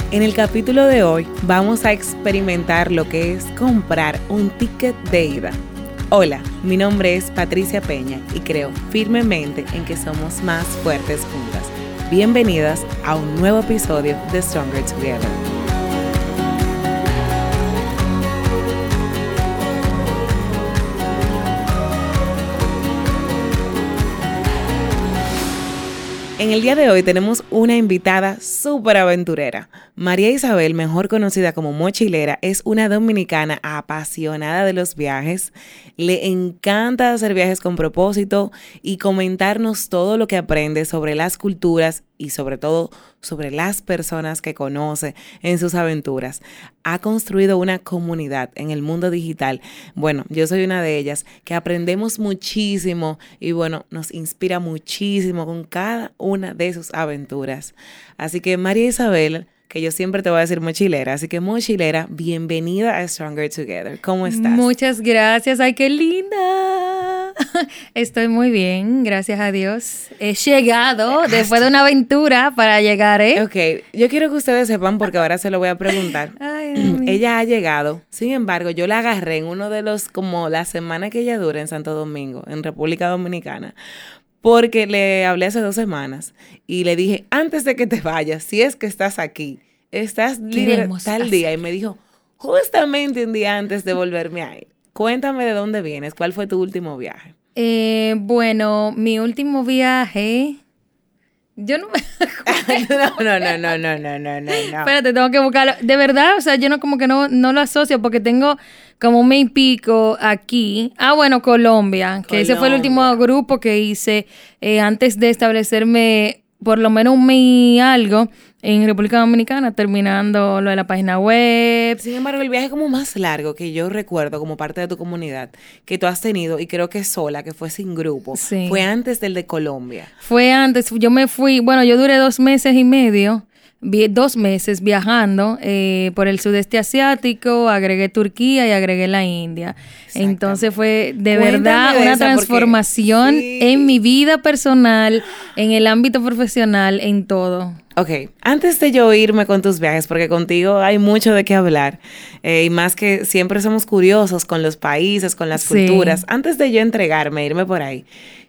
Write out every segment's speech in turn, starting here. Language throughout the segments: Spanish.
En el capítulo de hoy vamos a experimentar lo que es comprar un ticket de ida. Hola, mi nombre es Patricia Peña y creo firmemente en que somos más fuertes juntas. Bienvenidas a un nuevo episodio de Stronger Together. En el día de hoy tenemos una invitada súper aventurera. María Isabel, mejor conocida como Mochilera, es una dominicana apasionada de los viajes. Le encanta hacer viajes con propósito y comentarnos todo lo que aprende sobre las culturas y sobre todo sobre las personas que conoce en sus aventuras. Ha construido una comunidad en el mundo digital. Bueno, yo soy una de ellas, que aprendemos muchísimo y bueno, nos inspira muchísimo con cada una de sus aventuras. Así que María Isabel, que yo siempre te voy a decir mochilera, así que mochilera, bienvenida a Stronger Together. ¿Cómo estás? Muchas gracias. ¡Ay, qué linda! Estoy muy bien, gracias a Dios. He llegado después de una aventura para llegar, ¿eh? Ok, yo quiero que ustedes sepan, porque ahora se lo voy a preguntar. Ay, Ella ha llegado, sin embargo, yo la agarré en uno de los, como la semana que ella dura en Santo Domingo, en República Dominicana, porque le hablé hace 2 semanas y le dije, antes de que te vayas, si es que estás aquí, estás libre tal día. Y me dijo, justamente un día antes de volverme a ir. Cuéntame de dónde vienes, ¿cuál fue tu último viaje? Bueno, mi último viaje... Yo no me... No. Espérate, tengo que buscarlo. De verdad, o sea, yo no como que no lo asocio porque tengo como 1 mes y pico aquí. Ah, bueno, Colombia, que ese fue el último grupo que hice antes de establecerme por lo menos 1 mes y algo en República Dominicana, terminando lo de la página web. Sin embargo, el viaje como más largo que yo recuerdo como parte de tu comunidad que tú has tenido, y creo que sola, que fue sin grupo, sí, fue antes del de Colombia. Fue antes, yo me fui, bueno, yo duré 2 meses y medio, 2 meses viajando por el sudeste asiático, agregué Turquía y agregué la India. Entonces fue de verdad una transformación en mi vida personal, en el ámbito profesional, en todo. Ok, antes de yo irme con tus viajes, porque contigo hay mucho de qué hablar, y más que siempre somos curiosos con los países, con las culturas, antes de yo irme por ahí,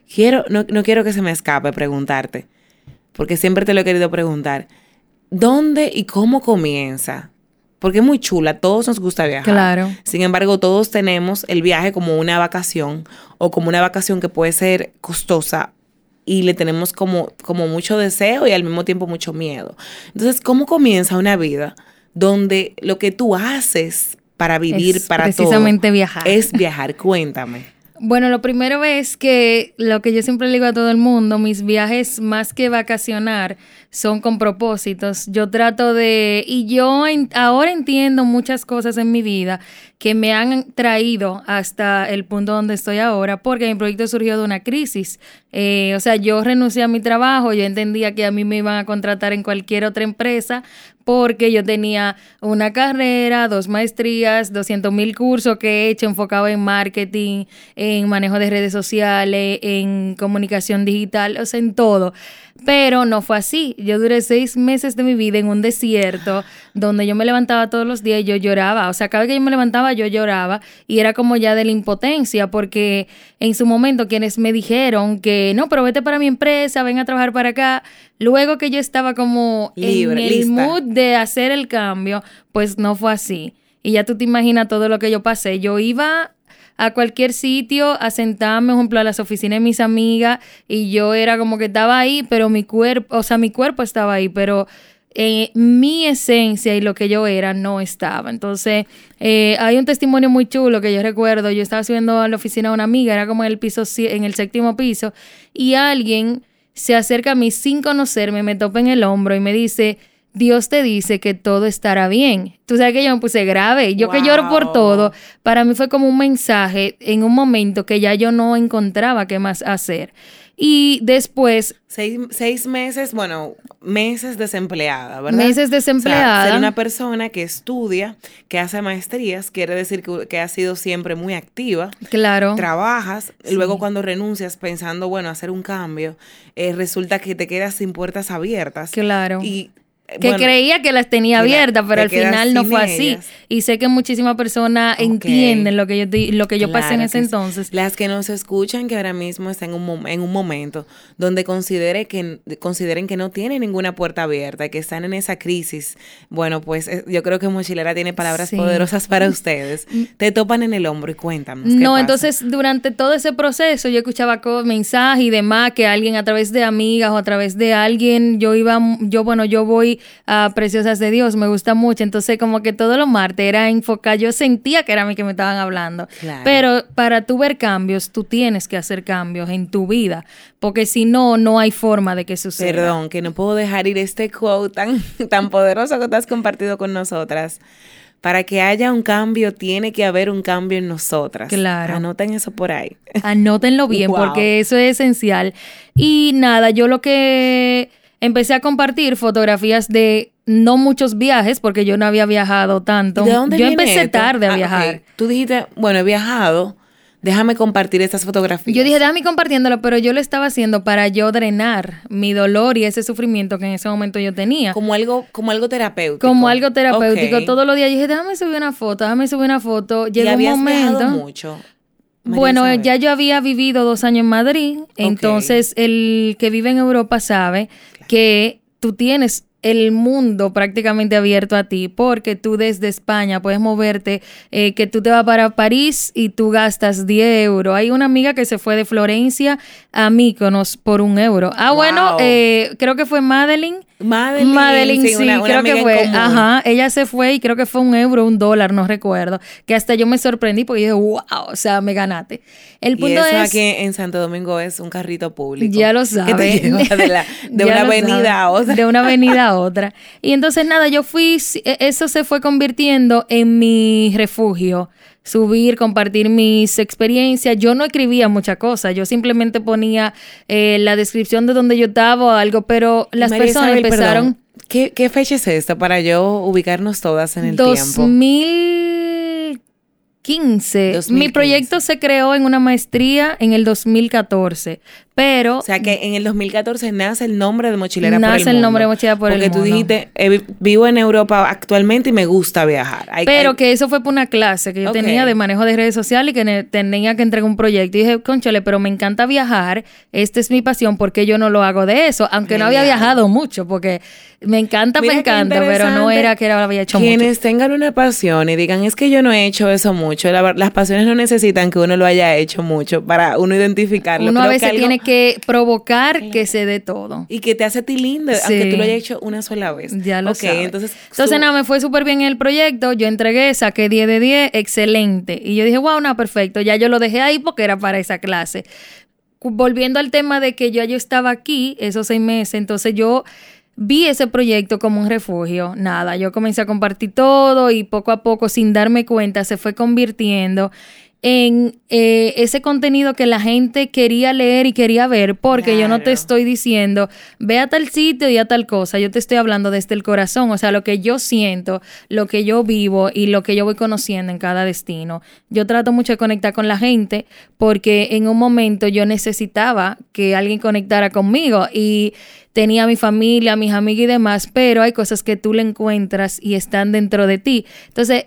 no quiero que se me escape preguntarte, porque siempre te lo he querido preguntar, ¿dónde y cómo comienza? Porque es muy chula, todos nos gusta viajar. Claro. Sin embargo, todos tenemos el viaje como una vacación, o como una vacación que puede ser costosa, y le tenemos como mucho deseo y al mismo tiempo mucho miedo. Entonces, ¿cómo comienza una vida donde lo que tú haces para vivir, para precisamente todo, viajar? Es viajar? Cuéntame. Bueno, lo primero es que lo que yo siempre le digo a todo el mundo, mis viajes más que vacacionar son con propósitos. Yo trato de, y yo ahora entiendo muchas cosas en mi vida que me han traído hasta el punto donde estoy ahora, porque mi proyecto surgió de una crisis. O sea, yo renuncié a mi trabajo, yo entendía que a mí me iban a contratar en cualquier otra empresa, porque yo tenía una carrera, 2 maestrías, 200,000 cursos que he hecho enfocado en marketing, en manejo de redes sociales, en comunicación digital, o sea, en todo. Pero no fue así. Yo duré 6 meses de mi vida en un desierto donde yo me levantaba todos los días y yo lloraba. O sea, cada vez que yo me levantaba yo lloraba y era como ya de la impotencia, porque en su momento quienes me dijeron que no, pero vete para mi empresa, ven a trabajar para acá. Luego que yo estaba como libre, en el lista, mood de hacer el cambio, pues no fue así. Y ya tú te imaginas todo lo que yo pasé. Yo iba a cualquier sitio a sentarme, por ejemplo, a las oficinas de mis amigas, y yo era como que estaba ahí, pero mi cuerpo estaba ahí, pero mi esencia y lo que yo era no estaba. Entonces, hay un testimonio muy chulo que yo recuerdo. Yo estaba subiendo a la oficina de una amiga, era como en el 7º piso, y alguien se acerca a mí sin conocerme, me topa en el hombro y me dice: Dios te dice que todo estará bien. Tú sabes que yo me puse grave. Yo que lloro por todo, para mí fue como un mensaje en un momento que ya yo no encontraba qué más hacer. Y después... 6 meses, bueno, meses desempleada, ¿verdad? Meses desempleada. O sea, ser una persona que estudia, que hace maestrías, quiere decir que has sido siempre muy activa. Claro. Trabajas, sí. Luego cuando renuncias pensando, bueno, hacer un cambio, resulta que te quedas sin puertas abiertas. Claro. Y que creía que las tenía abiertas, pero al final no fue así. Ellas. Y sé que muchísimas personas entienden lo que yo pasé en ese entonces. Las que nos escuchan que ahora mismo están en un momento donde consideren que no tienen ninguna puerta abierta, que están en esa crisis, bueno, pues yo creo que Mochilera tiene palabras poderosas para ustedes. Te topan en el hombro y cuéntanos. No, entonces durante todo ese proceso yo escuchaba mensajes y demás, que alguien a través de amigas o a través de alguien, yo voy a Preciosas de Dios, me gusta mucho, entonces como que todos los martes era enfocar, yo sentía que era a mí que me estaban hablando, pero para tú ver cambios, tú tienes que hacer cambios en tu vida, porque si no, no hay forma de que suceda. Perdón, que no puedo dejar ir este quote tan poderoso que tú has compartido con nosotras. Para que haya un cambio, tiene que haber un cambio en nosotras. Claro. Anoten eso por ahí. Anótenlo bien, porque eso es esencial. Y nada, yo lo que empecé a compartir fotografías de no muchos viajes, porque yo no había viajado tanto. ¿De dónde viene empecé esto? tarde a viajar. Okay. Tú dijiste, bueno, he viajado, déjame compartir estas fotografías. Yo dije, déjame compartiéndolo, pero yo lo estaba haciendo para yo drenar mi dolor y ese sufrimiento que en ese momento yo tenía. Como algo terapéutico. Como algo terapéutico. Okay. Todos los días yo dije, déjame subir una foto. Llegó un momento. Viajado mucho? Bueno, ya yo había vivido 2 años en Madrid, entonces el que vive en Europa sabe que tú tienes el mundo prácticamente abierto a ti, porque tú desde España puedes moverte, que tú te vas para París y tú gastas 10 euros. Hay una amiga que se fue de Florencia a Mykonos por 1 euro. Bueno, creo que fue Madeline, sí, creo que fue. Ajá, ella se fue y creo que fue 1 euro, $1, no recuerdo. Que hasta yo me sorprendí porque dije, wow, o sea, me ganaste. El punto y eso es, aquí en Santo Domingo es un carrito público. Ya lo sabes. Que te lleva de una avenida a otra. De una avenida a otra. Y entonces nada, eso se fue convirtiendo en mi refugio. Subir, compartir mis experiencias. Yo no escribía muchas cosas, yo simplemente ponía la descripción de donde yo estaba o algo, pero las María personas Isabel, empezaron... Perdón. ¿Qué fecha es esta para yo ubicarnos todas en el tiempo? 2015. Mi proyecto se creó en una maestría en el 2014, pero... O sea, que en el 2014 nace el nombre de Mochilera por el Mundo. Nace el nombre de Mochilera por el Mundo. Porque tú dijiste, vivo en Europa actualmente y me gusta viajar. Pero que eso fue por una clase que yo tenía de manejo de redes sociales y que tenía que entregar un proyecto. Y dije, cónchale, pero me encanta viajar, esta es mi pasión, ¿por qué yo no lo hago de eso? Aunque no había viajado mucho, porque me encanta, pero no era que lo había hecho mucho. Quienes tengan una pasión y digan, es que yo no he hecho eso mucho, las pasiones no necesitan que uno lo haya hecho mucho para uno identificarlo. Uno a veces tiene que provocar que se dé todo. Y que te hace a ti lindo, aunque tú lo hayas hecho una sola vez. Ya lo sabes. Entonces nada, me fue súper bien en el proyecto, yo entregué, saqué 10 de 10, excelente. Y yo dije, wow, no, perfecto, ya yo lo dejé ahí porque era para esa clase. Volviendo al tema de que yo estaba aquí esos 6 meses, entonces yo vi ese proyecto como un refugio. Nada, yo comencé a compartir todo y poco a poco, sin darme cuenta, se fue convirtiendo en ese contenido que la gente quería leer y quería ver, porque yo no te estoy diciendo, ve a tal sitio y a tal cosa, yo te estoy hablando desde el corazón, o sea, lo que yo siento, lo que yo vivo y lo que yo voy conociendo en cada destino. Yo trato mucho de conectar con la gente porque en un momento yo necesitaba que alguien conectara conmigo y tenía a mi familia, a mis amigos y demás, pero hay cosas que tú le encuentras y están dentro de ti. Entonces,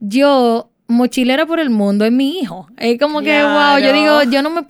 Mochilera por el Mundo es mi hijo. Es como que, wow, yo digo,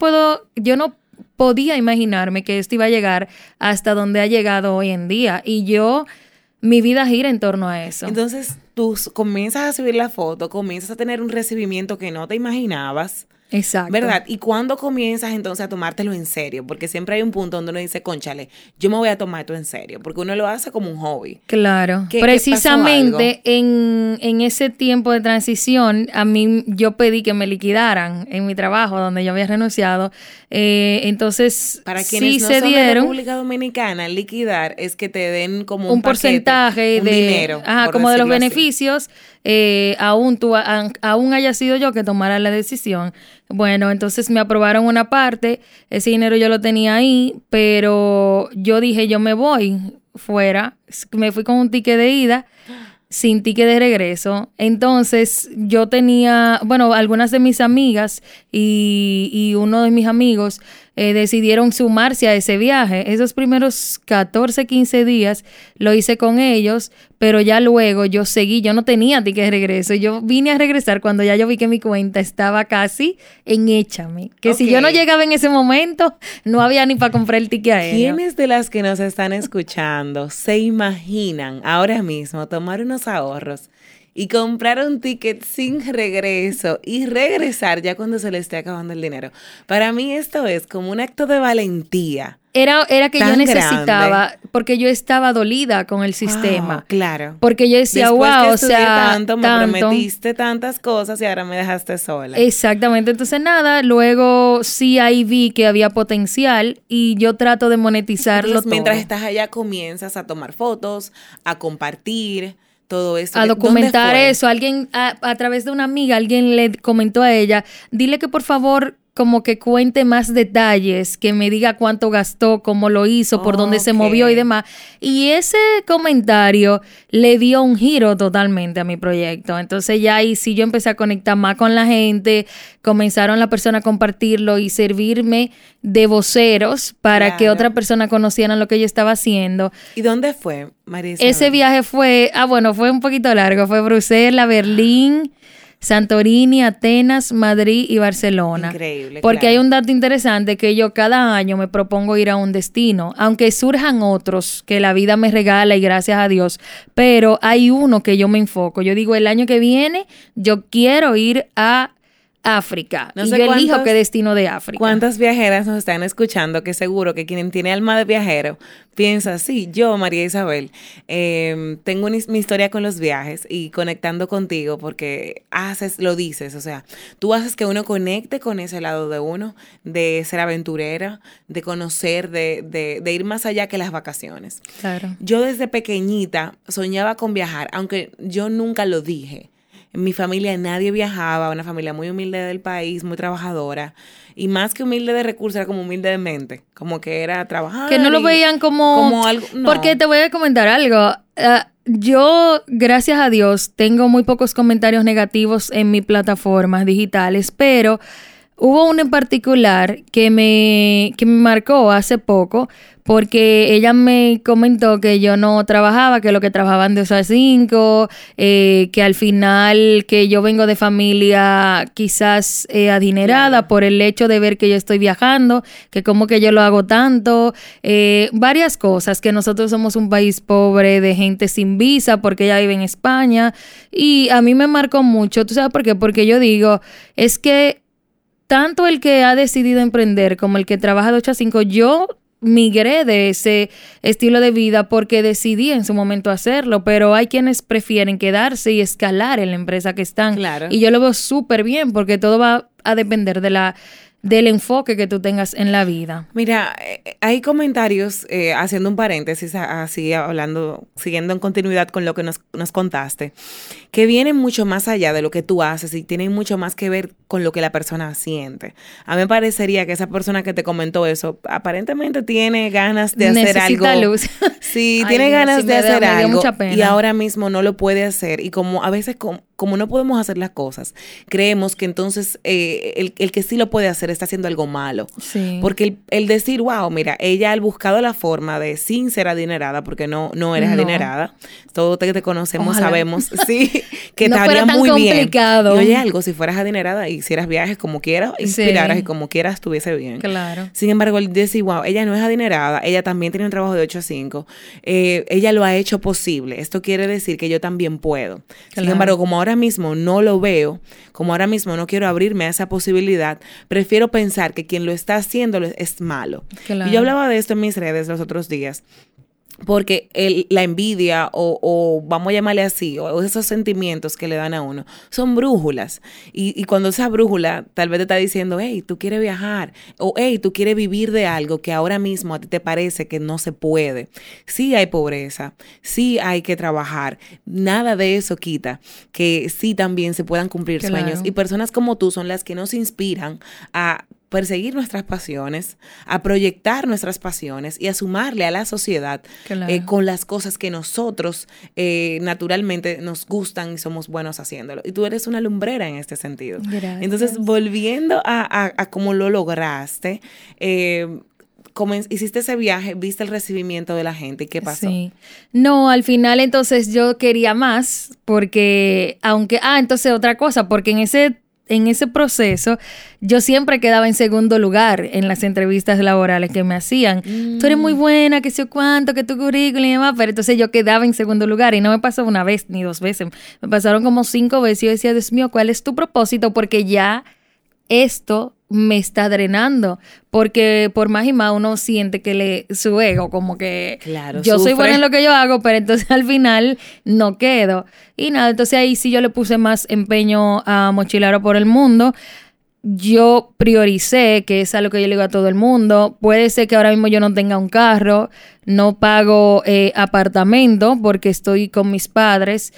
yo no podía imaginarme que esto iba a llegar hasta donde ha llegado hoy en día. Y mi vida gira en torno a eso. Entonces, tú comienzas a subir la foto, comienzas a tener un recibimiento que no te imaginabas. Exacto. ¿Verdad? ¿Y cuándo comienzas entonces a tomártelo en serio? Porque siempre hay un punto donde uno dice, cónchale, yo me voy a tomar esto en serio, porque uno lo hace como un hobby. Claro. Precisamente en ese tiempo de transición, a mí yo pedí que me liquidaran en mi trabajo donde yo había renunciado. Entonces, para quienes no son de República Dominicana, liquidar es que te den como un porcentaje un dinero. Ajá, como de los beneficios. Aún haya sido yo que tomara la decisión. Bueno, entonces me aprobaron una parte, ese dinero yo lo tenía ahí, pero yo dije, yo me voy fuera, me fui con un ticket de ida, sin ticket de regreso. Entonces yo tenía, algunas de mis amigas y uno de mis amigos decidieron sumarse a ese viaje. Esos primeros 14, 15 días lo hice con ellos, pero ya luego yo seguí, yo no tenía ticket de regreso. Yo vine a regresar cuando ya yo vi que mi cuenta estaba casi en Échame. Que si yo no llegaba en ese momento, no había ni para comprar el ticket aéreo. ¿Quiénes de las que nos están escuchando se imaginan ahora mismo tomar unos ahorros y comprar un ticket sin regreso y regresar ya cuando se le esté acabando el dinero? Para mí esto es como un acto de valentía. Era que yo necesitaba, grande. Porque yo estaba dolida con el sistema. Wow, claro. Porque yo decía, después wow, que o sea, me prometiste tantas cosas y ahora me dejaste sola. Exactamente. Entonces, nada, luego sí ahí vi que había potencial y yo trato de monetizarlo. Entonces, mientras todo. estás allá, comienzas a tomar fotos, a compartir todo eso. A documentar eso. Alguien, a través de una amiga, alguien le comentó a ella, dile que por favor como que cuente más detalles, que me diga cuánto gastó, cómo lo hizo, por dónde se movió y demás. Y ese comentario le dio un giro totalmente a mi proyecto. Entonces ya ahí sí yo empecé a conectar más con la gente, comenzaron la persona a compartirlo y servirme de voceros para que otra persona conociera lo que yo estaba haciendo. ¿Y dónde fue, María Isabel? Ese viaje fue, fue un poquito largo, fue Bruselas, Berlín, Santorini, Atenas, Madrid y Barcelona. Increíble. Porque hay un dato interesante que yo cada año me propongo ir a un destino, aunque surjan otros que la vida me regala y gracias a Dios, pero hay uno que yo me enfoco. Yo digo, el año que viene yo quiero ir a África. No sé, y yo elijo qué destino de África. ¿Cuántas viajeras nos están escuchando? Que seguro que quien tiene alma de viajero piensa, sí, yo, María Isabel, tengo mi historia con los viajes y conectando contigo porque lo dices, o sea, tú haces que uno conecte con ese lado de uno, de ser aventurera, de conocer, de ir más allá que las vacaciones. Claro. Yo desde pequeñita soñaba con viajar, aunque yo nunca lo dije. En mi familia nadie viajaba, una familia muy humilde del país, muy trabajadora. Y más que humilde de recursos, era como humilde de mente. Como que era trabajar. Que no lo veían como algo. No. Porque te voy a comentar algo. Yo, gracias a Dios, tengo muy pocos comentarios negativos en mis plataformas digitales, pero hubo uno en particular que me marcó hace poco porque ella me comentó que yo no trabajaba, que lo que trabajaban de 8 a 5, que al final que yo vengo de familia quizás adinerada, claro, por el hecho de ver que yo estoy viajando, que como que yo lo hago tanto, varias cosas, que nosotros somos un país pobre de gente sin visa porque ella vive en España y a mí me marcó mucho. ¿Tú sabes por qué? Porque yo digo, es que tanto el que ha decidido emprender como el que trabaja de 8 a 5, yo migré de ese estilo de vida porque decidí en su momento hacerlo, pero hay quienes prefieren quedarse y escalar en la empresa que están. Claro. Y yo lo veo súper bien porque todo va a depender del enfoque que tú tengas en la vida. Mira, hay comentarios, haciendo un paréntesis, así hablando, siguiendo en continuidad con lo que nos contaste, que vienen mucho más allá de lo que tú haces y tienen mucho más que ver con lo que la persona siente. A mí me parecería que esa persona que te comentó eso, aparentemente tiene ganas de hacer algo. Necesita luz. Sí, tiene ganas de hacer algo y ahora mismo no lo puede hacer. Y como a veces, como no podemos hacer las cosas, creemos que entonces el que sí lo puede hacer está haciendo algo malo. Sí. Porque el decir, wow, mira, ella ha buscado la forma de sin ser adinerada, porque no eres adinerada. Todos que te conocemos, ojalá, sabemos, sí, que no estaría muy complicado. bien. Y oye, algo, si fueras adinerada y hicieras viajes como quieras, inspiraras, sí, y como quieras estuviese bien. Claro. Sin embargo, el decir, wow, ella no es adinerada, ella también tiene un trabajo de 8 a 5, ella lo ha hecho posible. Esto quiere decir que yo también puedo. Claro. Sin embargo, como ahora mismo no lo veo, como ahora mismo no quiero abrirme a esa posibilidad, prefiero pensar que quien lo está haciendo es malo. Claro. Y yo hablaba de esto en mis redes los otros días. Porque la envidia o vamos a llamarle así, o esos sentimientos que le dan a uno, son brújulas. Y cuando esa brújula tal vez te está diciendo, hey, tú quieres viajar, o hey, tú quieres vivir de algo que ahora mismo a ti te parece que no se puede. Sí hay pobreza, sí hay que trabajar. Nada de eso quita que sí también se puedan cumplir, claro, sueños. Y personas como tú son las que nos inspiran a perseguir nuestras pasiones, a proyectar nuestras pasiones y a sumarle a la sociedad con las cosas que nosotros naturalmente nos gustan y somos buenos haciéndolo. Y tú eres una lumbrera en este sentido. Gracias. Entonces, volviendo a cómo lo lograste, hiciste ese viaje, viste el recibimiento de la gente. ¿Y qué pasó? Sí. No, al final entonces yo quería más porque, entonces otra cosa, porque en ese proceso yo siempre quedaba en segundo lugar en las entrevistas laborales que me hacían. Tú eres muy buena, que sé cuánto, que tu currículum y demás, pero entonces yo quedaba en segundo lugar y no me pasó una vez ni 2 veces, me pasaron como 5 veces y yo decía, Dios mío, ¿cuál es tu propósito? Porque ya esto me está drenando, porque por más y más uno siente que su ego como que yo soy buena en lo que yo hago, pero entonces al final no quedo. Y nada, entonces ahí sí yo le puse más empeño a Mochilero por el Mundo. Yo prioricé, que es algo que yo le digo a todo el mundo, puede ser que ahora mismo yo no tenga un carro, no pago apartamento porque estoy con mis padres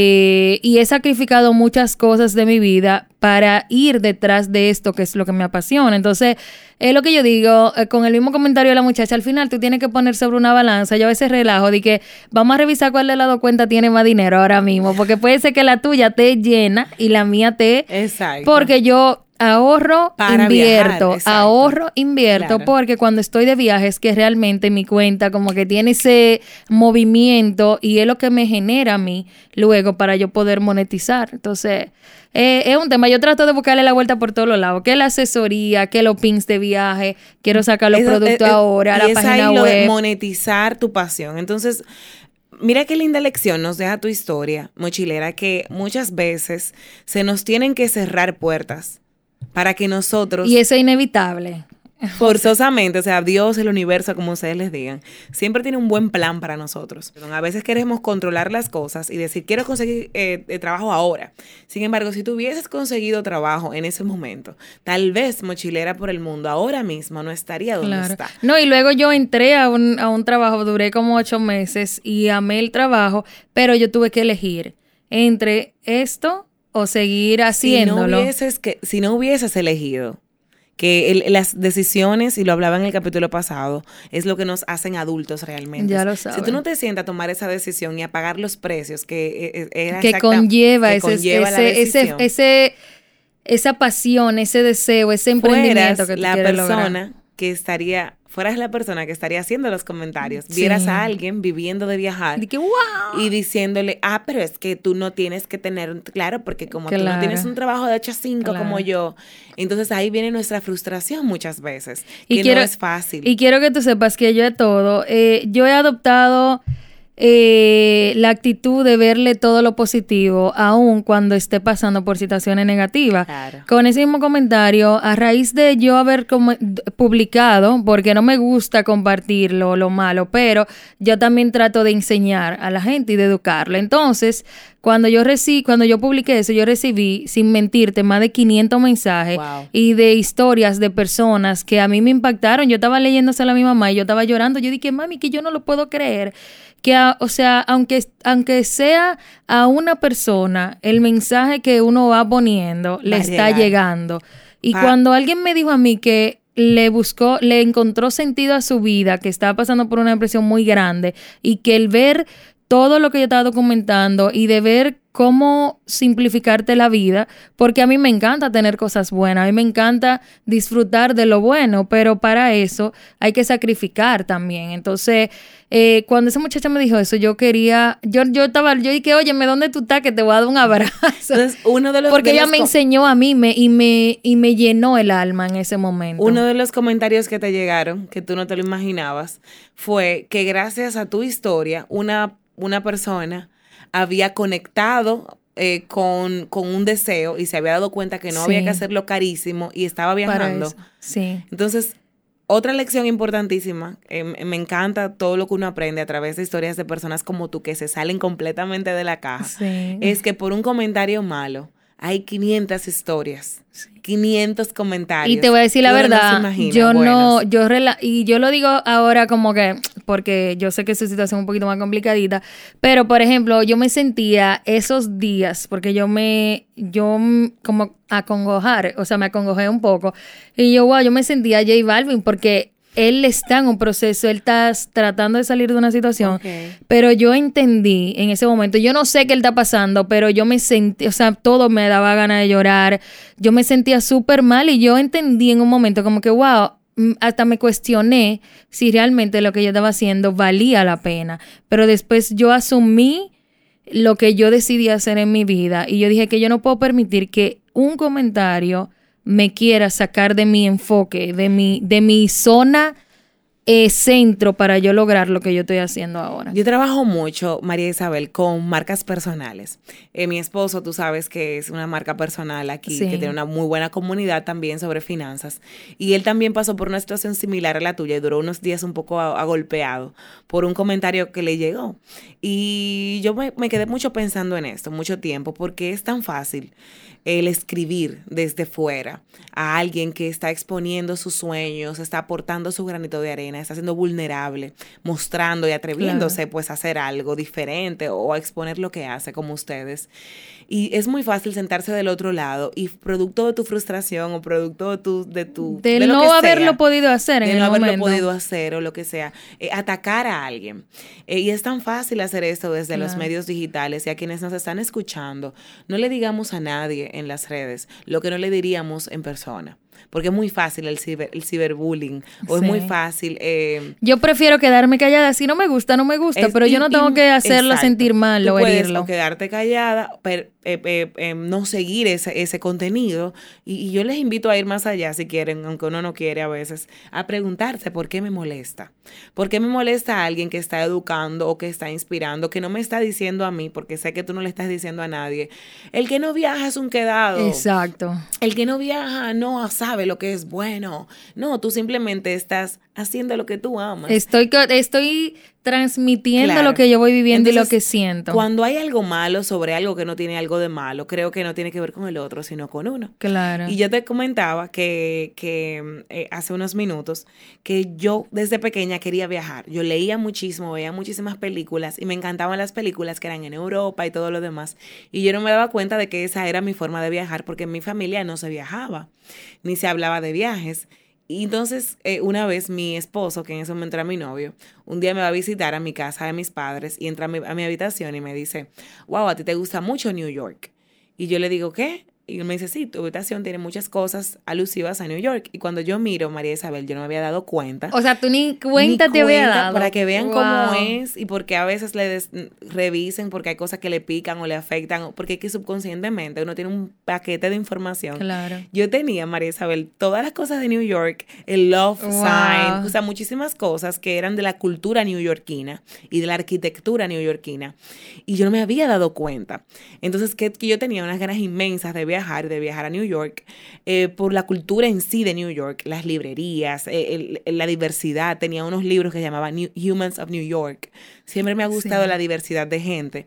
y he sacrificado muchas cosas de mi vida para ir detrás de esto que es lo que me apasiona. Entonces, es lo que yo digo, con el mismo comentario de la muchacha, al final tú tienes que poner sobre una balanza. Yo a veces relajo de que vamos a revisar cuál de las 2 cuentas tiene más dinero ahora mismo, porque puede ser que la tuya te llena y la mía te... Exacto. Porque yo... ahorro, para invierto, viajar, ahorro, invierto, claro. Porque cuando estoy de viaje es que realmente mi cuenta como que tiene ese movimiento y es lo que me genera a mí luego para yo poder monetizar. Entonces, es un tema. Yo trato de buscarle la vuelta por todos los lados. Que la asesoría, que los pins de viaje, quiero sacar los productos ahora, la página web. Lo de monetizar tu pasión. Entonces... mira qué linda lección nos deja tu historia, mochilera, que muchas veces se nos tienen que cerrar puertas para que nosotros... Y eso es inevitable. Forzosamente, o sea, Dios, el universo, como ustedes les digan, siempre tiene un buen plan para nosotros. A veces queremos controlar las cosas y decir, quiero conseguir trabajo ahora. Sin embargo, si tú hubieses conseguido trabajo en ese momento, tal vez Mochilera por el Mundo ahora mismo no estaría donde está. No, y luego yo entré a un trabajo, duré como 8 meses y amé el trabajo, pero yo tuve que elegir entre esto o seguir haciéndolo. Si no hubieses elegido, que las decisiones, y lo hablaba en el capítulo pasado, es lo que nos hacen adultos realmente. Ya lo sabes. Si tú no te sientas a tomar esa decisión y a pagar los precios que conlleva esa pasión, ese deseo, ese emprendimiento que tú quieres lograr. Fueras la persona que estaría haciendo los comentarios, vieras a alguien viviendo de viajar de que, wow. Y diciéndole, pero es que tú no tienes que tener, claro, porque como tú no tienes un trabajo de 8 a 5 como yo, entonces ahí viene nuestra frustración muchas veces, no es fácil. Y quiero que tú sepas que yo yo he adoptado la actitud de verle todo lo positivo, aun cuando esté pasando por situaciones negativas. Claro. Con ese mismo comentario, a raíz de yo haber publicado, porque no me gusta compartir lo malo, pero yo también trato de enseñar a la gente y de educarla. Entonces, cuando yo publiqué eso, yo recibí, sin mentirte, más de 500 mensajes y de historias de personas que a mí me impactaron. Yo estaba leyéndosela a mi mamá y yo estaba llorando. Yo dije, mami, que yo no lo puedo creer. Que, aunque sea a una persona, el mensaje que uno va poniendo le está llegando. Y cuando alguien me dijo a mí que le encontró sentido a su vida, que estaba pasando por una depresión muy grande y que el ver todo lo que yo estaba documentando y de ver cómo simplificarte la vida, porque a mí me encanta tener cosas buenas, a mí me encanta disfrutar de lo bueno, pero para eso hay que sacrificar también. Entonces, cuando esa muchacha me dijo eso, yo dije, óyeme, ¿dónde tú estás? Que te voy a dar un abrazo. Entonces, porque ella me enseñó a mí y me llenó el alma en ese momento. Uno de los comentarios que te llegaron, que tú no te lo imaginabas, fue que gracias a tu historia, una persona había conectado con un deseo y se había dado cuenta que no había que hacerlo carísimo y estaba viajando. Sí. Entonces, otra lección importantísima, me encanta todo lo que uno aprende a través de historias de personas como tú que se salen completamente de la caja, es que por un comentario malo hay 500 historias, 500 comentarios. Y te voy a decir la verdad, yo lo digo ahora como que porque yo sé que su situación es un poquito más complicadita, pero por ejemplo, yo me sentía esos días, porque como acongojar, o sea, me acongojé un poco, y yo, wow, yo me sentía J Balvin, porque él está en un proceso, él está tratando de salir de una situación, pero yo entendí en ese momento, yo no sé qué él está pasando, pero yo me sentí, o sea, todo me daba ganas de llorar, yo me sentía súper mal y yo entendí en un momento como que, wow, hasta me cuestioné si realmente lo que yo estaba haciendo valía la pena, pero después yo asumí lo que yo decidí hacer en mi vida y yo dije que yo no puedo permitir que un comentario me quiera sacar de mi enfoque, de mi zona centro para yo lograr lo que yo estoy haciendo ahora. Yo trabajo mucho, María Isabel, con marcas personales. Mi esposo, tú sabes que es una marca personal aquí, que tiene una muy buena comunidad también sobre finanzas. Y él también pasó por una situación similar a la tuya y duró unos días un poco agolpeado por un comentario que le llegó. Y yo me quedé mucho pensando en esto, mucho tiempo, porque es tan fácil el escribir desde fuera a alguien que está exponiendo sus sueños, está aportando su granito de arena, está siendo vulnerable, mostrando y atreviéndose pues a hacer algo diferente o a exponer lo que hace como ustedes. Y es muy fácil sentarse del otro lado y producto de tu frustración o producto de no haberlo podido hacer en el momento. De no haberlo podido hacer o lo que sea, atacar a alguien. Y es tan fácil hacer esto desde los medios digitales y a quienes nos están escuchando. No le digamos a nadie en las redes lo que no le diríamos en persona. Porque es muy fácil el ciberbullying o es muy fácil... yo prefiero quedarme callada. Si no me gusta, no me gusta, pero yo no tengo que hacerlo sentir mal o herirlo. O quedarte callada, no seguir ese contenido. Y yo les invito a ir más allá si quieren, aunque uno no quiere a veces, a preguntarse por qué me molesta. ¿Por qué me molesta a alguien que está educando o que está inspirando, que no me está diciendo a mí, porque sé que tú no le estás diciendo a nadie? El que no viaja es un quedado. Exacto. El que no viaja no sabe lo que es bueno. No, tú simplemente estás haciendo lo que tú amas. Estoy transmitiendo lo que yo voy viviendo. Entonces, y lo que siento. Cuando hay algo malo sobre algo que no tiene algo de malo, creo que no tiene que ver con el otro, sino con uno. Claro. Y yo te comentaba que hace unos minutos que yo desde pequeña quería viajar. Yo leía muchísimo, veía muchísimas películas y me encantaban las películas que eran en Europa y todo lo demás. Y yo no me daba cuenta de que esa era mi forma de viajar porque en mi familia no se viajaba, ni se hablaba de viajes. Y entonces, una vez mi esposo, que en ese momento era mi novio, un día me va a visitar a mi casa de mis padres y entra a mi habitación y me dice, wow, a ti te gusta mucho New York. Y yo le digo, ¿qué? Y él me dice, sí, tu habitación tiene muchas cosas alusivas a New York. Y cuando yo miro, María Isabel, yo no me había dado cuenta. O sea, tú ni cuenta te había dado. Para que vean cómo es y porque a veces revisen porque hay cosas que le pican o le afectan. Porque es que subconscientemente uno tiene un paquete de información. Claro. Yo tenía, María Isabel, todas las cosas de New York, el love sign, o sea, muchísimas cosas que eran de la cultura neoyorquina y de la arquitectura neoyorquina. Y yo no me había dado cuenta. Entonces, que yo tenía unas ganas inmensas de viajar a New York, por la cultura en sí de New York, las librerías, la diversidad. Tenía unos libros que se llamaban Humans of New York. Siempre me ha gustado la diversidad de gente.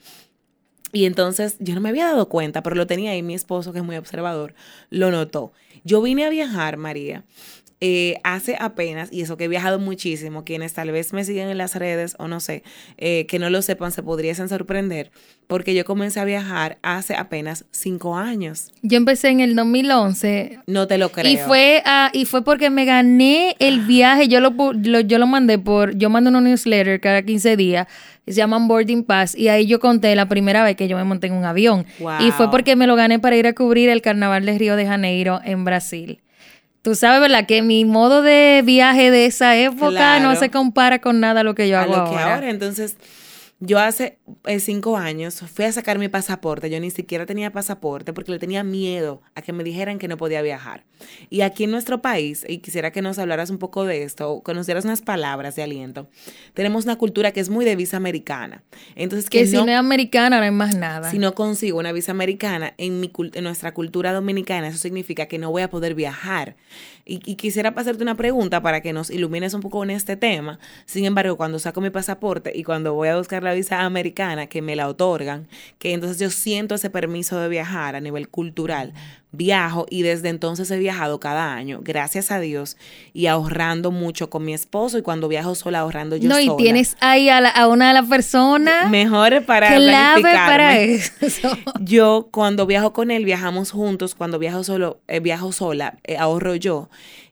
Y entonces yo no me había dado cuenta, pero lo tenía ahí mi esposo, que es muy observador, lo notó. Yo vine a viajar, María, hace apenas, y eso que he viajado muchísimo, quienes tal vez me siguen en las redes o no sé, que no lo sepan, se podrían sorprender, porque yo comencé a viajar hace apenas 5 años. Yo empecé en el 2011. No te lo creo. Y fue porque me gané el viaje. Yo lo mandé yo mando una newsletter cada 15 días. Se llaman Boarding Pass. Y ahí yo conté la primera vez que yo me monté en un avión. Wow. Y fue porque me lo gané para ir a cubrir el Carnaval de Río de Janeiro en Brasil. Tú sabes, ¿verdad? Que mi modo de viaje de esa época no se compara con nada a lo que yo hago ahora. Entonces, yo hace 5 años fui a sacar mi pasaporte. Yo ni siquiera tenía pasaporte porque le tenía miedo a que me dijeran que no podía viajar. Y aquí en nuestro país, y quisiera que nos hablaras un poco de esto, o que nos dieras unas palabras de aliento, tenemos una cultura que es muy de visa americana. Entonces, que si no es americana no hay más nada. Si no consigo una visa americana en nuestra cultura dominicana, eso significa que no voy a poder viajar. Y quisiera hacerte una pregunta para que nos ilumines un poco en este tema. Sin embargo, cuando saco mi pasaporte y cuando voy a buscar la visa americana, que me la otorgan, que entonces yo siento ese permiso de viajar a nivel cultural, viajo y desde entonces he viajado cada año, gracias a Dios, y ahorrando mucho con mi esposo y cuando viajo sola ahorrando yo sola. No, y tienes ahí a una de las personas mejor para clave para eso. Yo cuando viajo con él, viajamos juntos, cuando viajo sola, ahorro yo.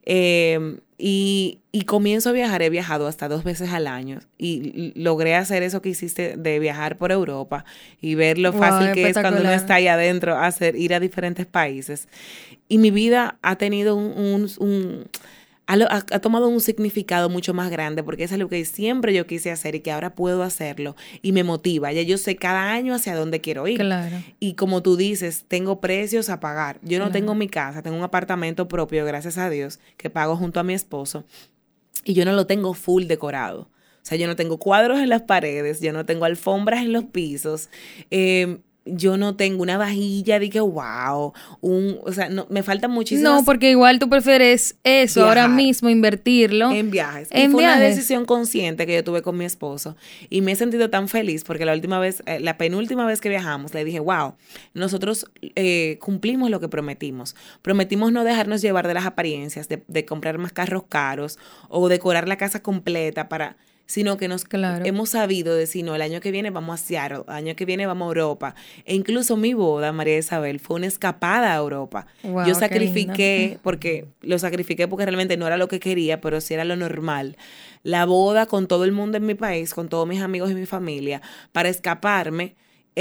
Y comienzo a viajar, he viajado hasta 2 veces al año y logré hacer eso que hiciste de viajar por Europa y ver lo fácil que es cuando uno está ahí adentro, ir a diferentes países. Y mi vida ha tenido ha tomado un significado mucho más grande porque es algo que siempre yo quise hacer y que ahora puedo hacerlo y me motiva. Ya yo sé cada año hacia dónde quiero ir. Claro. Y como tú dices, tengo precios a pagar. Yo no tengo mi casa, tengo un apartamento propio, gracias a Dios, que pago junto a mi esposo y yo no lo tengo full decorado. O sea, yo no tengo cuadros en las paredes, yo no tengo alfombras en los pisos, yo no tengo una vajilla de que wow, o sea, no, me faltan muchísimas. No, porque igual tú prefieres eso viajar, ahora mismo, invertirlo en viajes. Y fue una decisión consciente que yo tuve con mi esposo y me he sentido tan feliz porque la penúltima vez que viajamos, le dije, wow, nosotros cumplimos lo que prometimos. Prometimos no dejarnos llevar de las apariencias, de comprar más carros caros o decorar la casa completa sino que hemos sabido decir, no, el año que viene vamos a Seattle, el año que viene vamos a Europa. E incluso mi boda, María Isabel, fue una escapada a Europa. Wow, yo sacrifiqué, porque realmente no era lo que quería, pero sí era lo normal. La boda con todo el mundo en mi país, con todos mis amigos y mi familia, para escaparme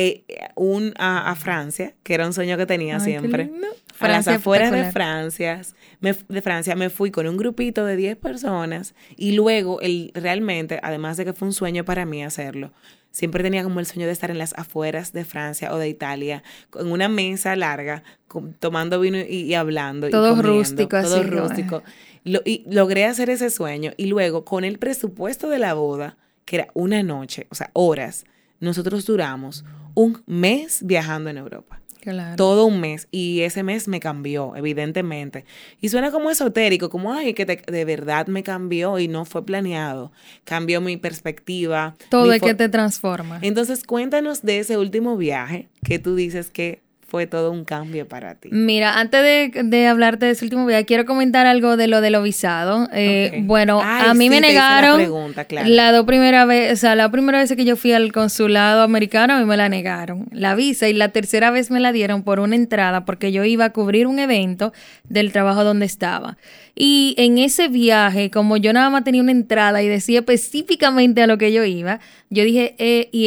a Francia, que era un sueño que tenía siempre. A las afueras de Francia me fui con un grupito de 10 personas y luego realmente, además de que fue un sueño para mí hacerlo, siempre tenía como el sueño de estar en las afueras de Francia o de Italia, en una mesa larga, tomando vino y hablando. Todo y comiendo, rústico. Todo así, rústico. Y logré hacer ese sueño y luego con el presupuesto de la boda, que era una noche, o sea, horas, nosotros duramos un mes viajando en Europa. Claro. Todo un mes. Y ese mes me cambió, evidentemente. Y suena como esotérico, como, ay, que de verdad me cambió y no fue planeado. Cambió mi perspectiva. Todo es que te transforma. Entonces, cuéntanos de ese último viaje que tú dices que fue todo un cambio para ti. Mira, antes de hablarte de ese último viaje, quiero comentar algo de lo visado. Okay. Bueno, a mí me negaron la primera vez que yo fui al consulado americano, a mí me la negaron, la visa, y la tercera vez me la dieron por una entrada porque yo iba a cubrir un evento del trabajo donde estaba. Y en ese viaje, como yo nada más tenía una entrada y decía específicamente a lo que yo iba, yo dije, y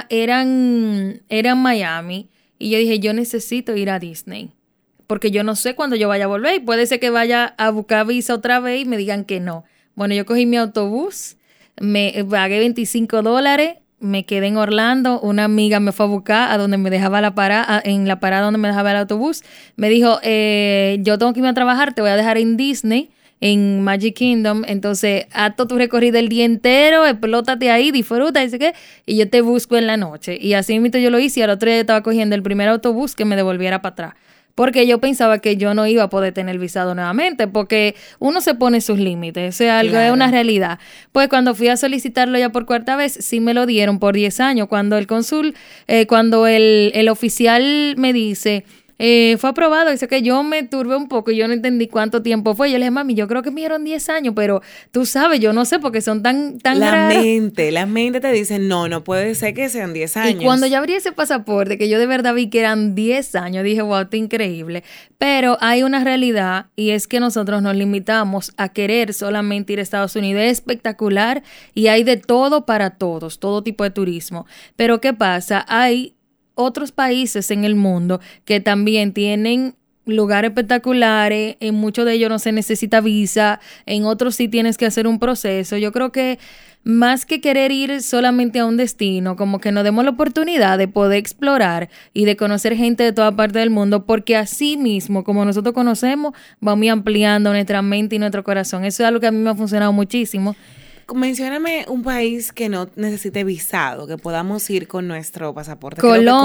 eran Miami. Y yo dije, yo necesito ir a Disney, porque yo no sé cuándo yo vaya a volver. Y puede ser que vaya a buscar visa otra vez y me digan que no. Bueno, yo cogí mi autobús, me pagué $25, me quedé en Orlando. Una amiga me fue a buscar a donde me dejaba en la parada donde me dejaba el autobús. Me dijo, yo tengo que irme a trabajar, te voy a dejar en Disney, en Magic Kingdom, entonces haz tu recorrido el día entero, explótate ahí, disfruta, y sé qué, y yo te busco en la noche. Y así mismo yo lo hice, y al otro día estaba cogiendo el primer autobús que me devolviera para atrás, porque yo pensaba que yo no iba a poder tener el visado nuevamente, porque uno se pone sus límites, eso es algo, claro, es una realidad. Pues cuando fui a solicitarlo ya por cuarta vez, sí me lo dieron por 10 años, cuando el cónsul, cuando el oficial me dice... fue aprobado, dice que yo me turbé un poco y yo no entendí cuánto tiempo fue. Yo le dije, mami, yo creo que me dieron 10 años, pero tú sabes, yo no sé porque son tan raros. La mente te dice, no puede ser que sean 10 años. Y cuando yo abrí ese pasaporte, que yo de verdad vi que eran 10 años, dije, wow, esto es increíble. Pero hay una realidad y es que nosotros nos limitamos a querer solamente ir a Estados Unidos. Es espectacular y hay de todo para todos, todo tipo de turismo. Pero ¿qué pasa? Hay otros países en el mundo que también tienen lugares espectaculares, en muchos de ellos no se necesita visa, en otros sí tienes que hacer un proceso. Yo creo que más que querer ir solamente a un destino, como que nos demos la oportunidad de poder explorar y de conocer gente de toda parte del mundo, porque así mismo, como nosotros conocemos, vamos ampliando nuestra mente y nuestro corazón. Eso es algo que a mí me ha funcionado muchísimo. mencióname un país que no necesite visado, que podamos ir con nuestro pasaporte.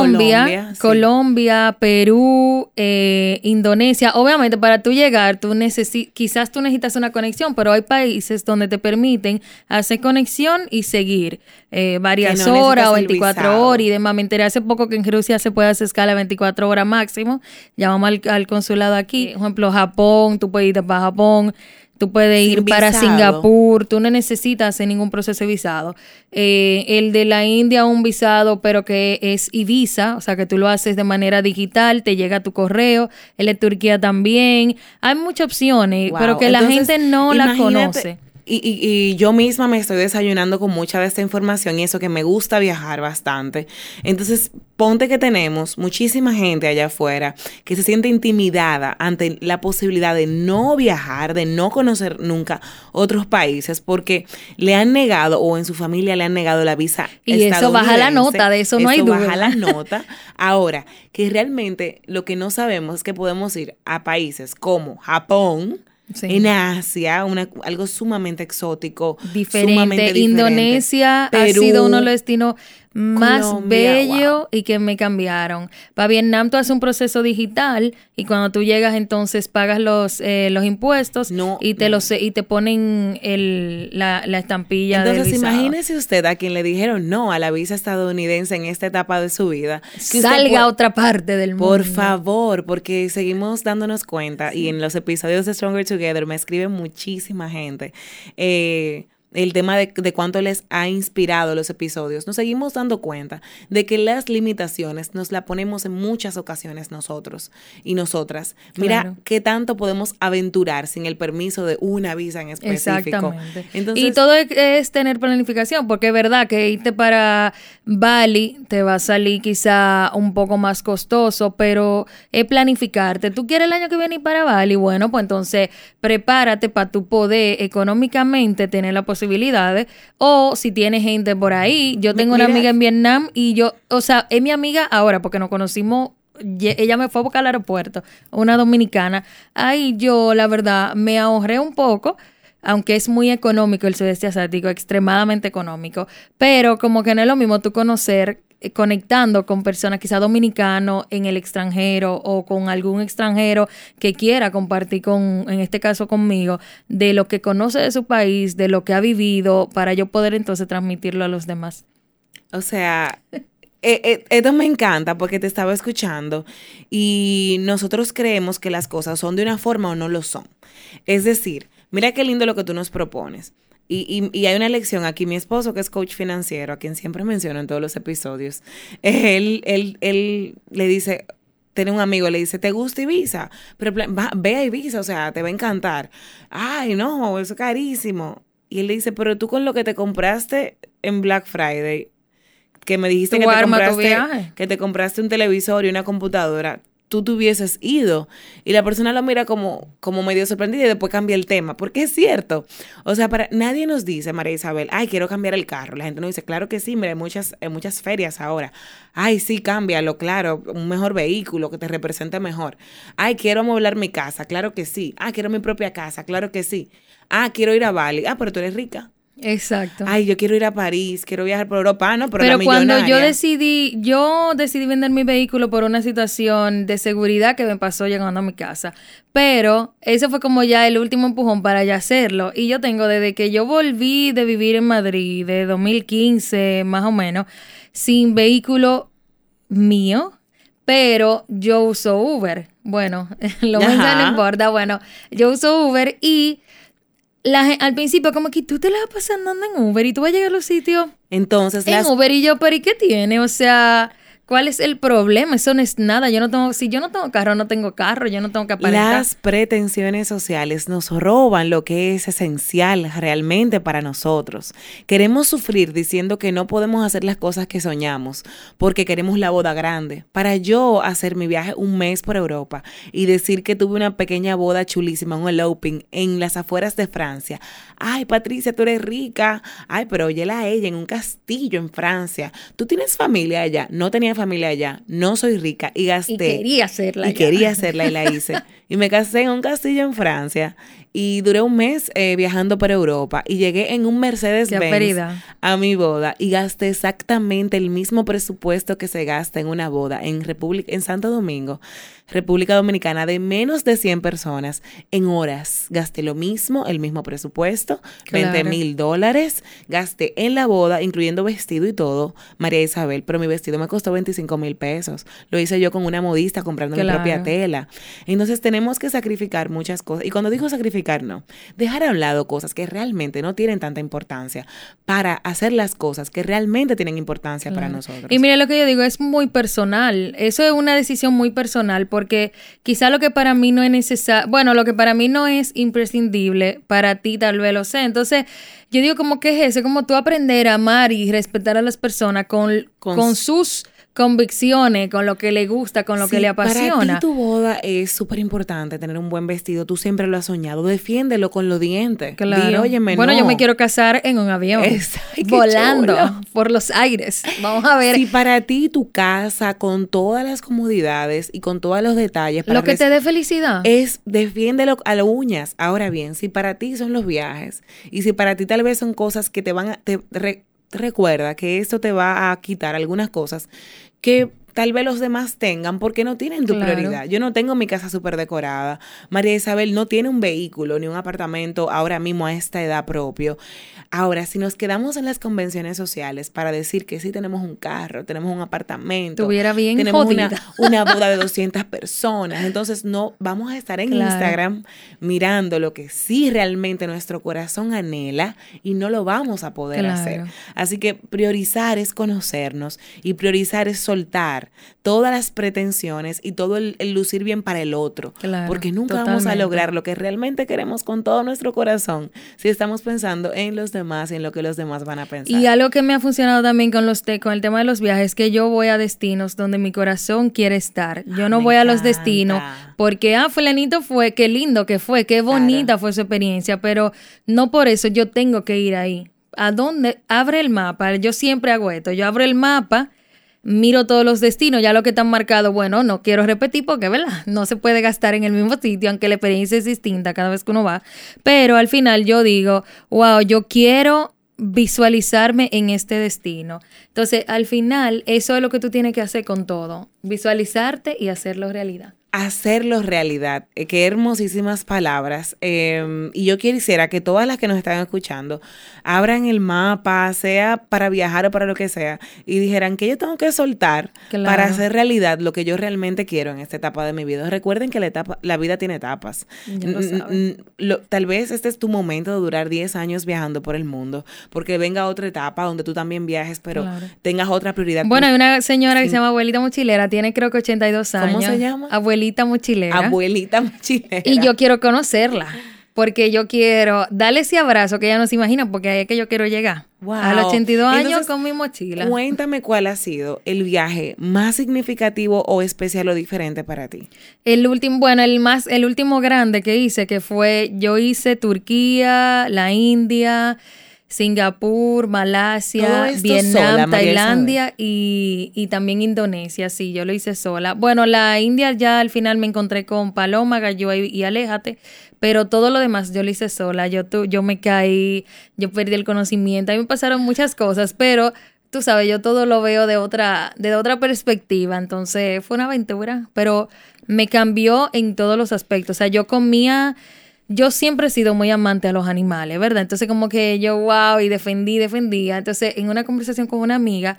Colombia, Perú, Indonesia. Obviamente, para tú llegar, quizás tú necesitas una conexión, pero hay países donde te permiten hacer conexión y seguir varias horas o 24 horas y demás. Me enteré hace poco que en Rusia se puede hacer escala 24 horas máximo. Llamamos al consulado aquí. Por ejemplo, Japón, tú puedes irte para Japón. Tú puedes ir para Singapur, tú no necesitas hacer ningún proceso de visado. El de la India, un visado, pero que es e-visa, o sea que tú lo haces de manera digital, te llega a tu correo. El de Turquía también. Hay muchas opciones, pero que la gente no la conoce. Y yo misma me estoy desayunando con mucha de esta información y eso que me gusta viajar bastante. Entonces, ponte que tenemos muchísima gente allá afuera que se siente intimidada ante la posibilidad de no viajar, de no conocer nunca otros países porque le han negado o en su familia le han negado la visa estadounidense. Y eso baja la nota, de eso no hay duda. Eso baja la nota. Ahora, que realmente lo que no sabemos es que podemos ir a países como Japón, sí, en Asia, algo sumamente exótico, diferente. Sumamente diferente. Indonesia Perú, ha sido uno de los destinos más Colombia, bello wow, y que me cambiaron. Para Vietnam tú haces un proceso digital y cuando tú llegas entonces pagas los impuestos y te ponen la estampilla del visado. Entonces imagínese usted a quien le dijeron no a la visa estadounidense en esta etapa de su vida. Salga a otra parte del mundo. Por favor, porque seguimos dándonos cuenta, sí, y en los episodios de Stronger Together me escribe muchísima gente el tema de cuánto les ha inspirado los episodios. Nos seguimos dando cuenta de que las limitaciones nos las ponemos en muchas ocasiones nosotros y nosotras. Mira, claro, qué tanto podemos aventurar sin el permiso de una visa en específico. Exactamente. Entonces, y todo es tener planificación, porque es verdad que irte para Bali te va a salir quizá un poco más costoso, pero es planificarte. ¿Tú quieres el año que viene ir para Bali? Bueno, pues entonces prepárate para tu poder económicamente tener la posibilidades, o si tienes gente por ahí. Yo tengo una amiga en Vietnam y es mi amiga ahora porque nos conocimos, ella me fue a buscar al aeropuerto, una dominicana. Ahí yo, la verdad, me ahorré un poco, aunque es muy económico el sudeste asiático, extremadamente económico, pero como que no es lo mismo tú conocer conectando con personas quizá dominicanos en el extranjero o con algún extranjero que quiera compartir en este caso conmigo, de lo que conoce de su país, de lo que ha vivido, para yo poder entonces transmitirlo a los demás. O sea, esto me encanta porque te estaba escuchando y nosotros creemos que las cosas son de una forma o no lo son. Es decir, mira qué lindo lo que tú nos propones. Y hay una lección aquí. Mi esposo, que es coach financiero, a quien siempre menciono en todos los episodios, él le dice, tiene un amigo, le dice, ¿te gusta Ibiza? Pero ve a Ibiza, o sea, te va a encantar. Ay, no, eso es carísimo. Y él le dice, pero tú con lo que te compraste en Black Friday, que me dijiste que te compraste un televisor y una computadora, tú te hubieses ido. Y la persona lo mira como medio sorprendida y después cambia el tema, porque es cierto. O sea, nadie nos dice, María Isabel, ay, quiero cambiar el carro. La gente nos dice, claro que sí, mira, hay muchas ferias ahora. Ay, sí, cámbialo, claro, un mejor vehículo que te represente mejor. Ay, quiero amueblar mi casa, claro que sí. Ah, quiero mi propia casa, claro que sí. Ah, quiero ir a Bali. Ah, pero tú eres rica. Exacto. Ay, yo quiero ir a París, quiero viajar por Europa, no, pero la cuando millonaria. yo decidí vender mi vehículo por una situación de seguridad que me pasó llegando a mi casa. Pero eso fue como ya el último empujón para ya hacerlo. Y yo tengo desde que yo volví de vivir en Madrid, de 2015 más o menos, sin vehículo mío, pero yo uso Uber. Bueno, lo menos no importa. Bueno, yo uso Uber y al principio como que tú te la vas pasando andando en Uber y tú vas a llegar a los sitios entonces Uber y yo, pero ¿y qué tiene? O sea, ¿cuál es el problema? Eso no es nada. Si yo no tengo carro, no tengo carro. Yo no tengo que aparentar. Las pretensiones sociales nos roban lo que es esencial realmente para nosotros. Queremos sufrir diciendo que no podemos hacer las cosas que soñamos porque queremos la boda grande. Para yo hacer mi viaje un mes por Europa y decir que tuve una pequeña boda chulísima, un eloping en las afueras de Francia. Ay, Patricia, tú eres rica. Ay, pero óyela a ella en un castillo en Francia. ¿Tú tienes familia allá? No tenía familia allá, no soy rica y gasté. Y quería hacerla y la hice. Y me casé en un castillo en Francia y duré un mes viajando por Europa y llegué en un Mercedes-Benz a mi boda y gasté exactamente el mismo presupuesto que se gasta en una boda en Santo Domingo, República Dominicana, de menos de 100 personas. En horas gasté lo mismo, el mismo presupuesto, Claro. $20,000, gasté en la boda, incluyendo vestido y todo, María Isabel, pero mi vestido me costó 25,000 pesos. Lo hice yo con una modista comprando mi propia tela. Entonces tenemos que sacrificar muchas cosas. Y cuando digo sacrificar, no. Dejar a un lado cosas que realmente no tienen tanta importancia para hacer las cosas que realmente tienen importancia para nosotros. Y mire, lo que yo digo es muy personal. Eso es una decisión muy personal porque quizá lo que para mí no es necesario, bueno, lo que para mí no es imprescindible, para ti tal vez lo sea. Entonces, yo digo como que es eso, como tú aprender a amar y respetar a las personas con sus convicciones, con lo que le gusta, con lo que le apasiona. Para ti tu boda es súper importante, tener un buen vestido, tú siempre lo has soñado, defiéndelo con los dientes. Claro. Di, óyeme, bueno, no. yo me quiero casar en un avión, volando por los aires. Vamos a ver. Si para ti tu casa, con todas las comodidades y con todos los detalles, lo que te dé felicidad, defiéndelo a las uñas. Ahora bien, si para ti son los viajes y si para ti tal vez son cosas que te van a... recuerda que esto te va a quitar algunas cosas que tal vez los demás tengan porque no tienen tu prioridad. Yo no tengo mi casa súper decorada. María Isabel no tiene un vehículo ni un apartamento ahora mismo a esta edad propio. Ahora, si nos quedamos en las convenciones sociales para decir que sí tenemos un carro, tenemos un apartamento, estuviera bien tenemos jodida. una boda de 200 personas, entonces no vamos a estar en Instagram mirando lo que sí realmente nuestro corazón anhela y no lo vamos a poder hacer. Así que priorizar es conocernos y priorizar es soltar todas las pretensiones y todo el lucir bien para el otro. Porque nunca vamos a lograr lo que realmente queremos con todo nuestro corazón si estamos pensando en los demás y en lo que los demás van a pensar. Y algo que me ha funcionado también con el tema de los viajes, que yo voy a destinos donde mi corazón quiere estar. Yo no voy a los destinos porque, fulanito fue, qué lindo que fue, qué bonita fue su experiencia, pero no por eso yo tengo que ir ahí. ¿A dónde? Abre el mapa. Yo siempre hago esto. Yo abro el mapa, miro todos los destinos, ya lo que están marcados, bueno, no quiero repetir porque, ¿verdad? No se puede gastar en el mismo sitio, aunque la experiencia es distinta cada vez que uno va. Pero al final yo digo, wow, yo quiero visualizarme en este destino. Entonces, al final, eso es lo que tú tienes que hacer con todo. Visualizarte y hacerlo realidad. Hacerlo realidad. Qué hermosísimas palabras. Y yo quisiera que todas las que nos están escuchando abran el mapa, sea para viajar o para lo que sea, y dijeran que yo tengo que soltar para hacer realidad lo que yo realmente quiero en esta etapa de mi vida. Recuerden que la vida tiene etapas. Tal vez este es tu momento de durar 10 años viajando por el mundo, porque venga otra etapa donde tú también viajes, pero tengas otra prioridad. Bueno, hay una señora que se llama Abuelita Mochilera, tiene creo que 82 años. ¿Cómo se llama? Abuelita Mochilera. Abuelita Mochilera. Y yo quiero conocerla, porque yo quiero darle ese abrazo que ella no se imagina, porque ahí es que yo quiero llegar. Wow. A los 82 años. Entonces, con mi mochila. Cuéntame cuál ha sido el viaje más significativo o especial o diferente para ti. El último grande que hice, que fue, yo hice Turquía, la India, Singapur, Malasia, Vietnam, sola, Tailandia y también Indonesia. Sí, yo lo hice sola. Bueno, la India ya al final me encontré con Paloma, Gallo y Aléjate, pero todo lo demás yo lo hice sola. Yo me caí, yo perdí el conocimiento, a mí me pasaron muchas cosas, pero tú sabes, yo todo lo veo de otra perspectiva, entonces fue una aventura, pero me cambió en todos los aspectos. O sea, yo siempre he sido muy amante a los animales, ¿verdad? Entonces como que yo, wow, y defendía. Entonces en una conversación con una amiga,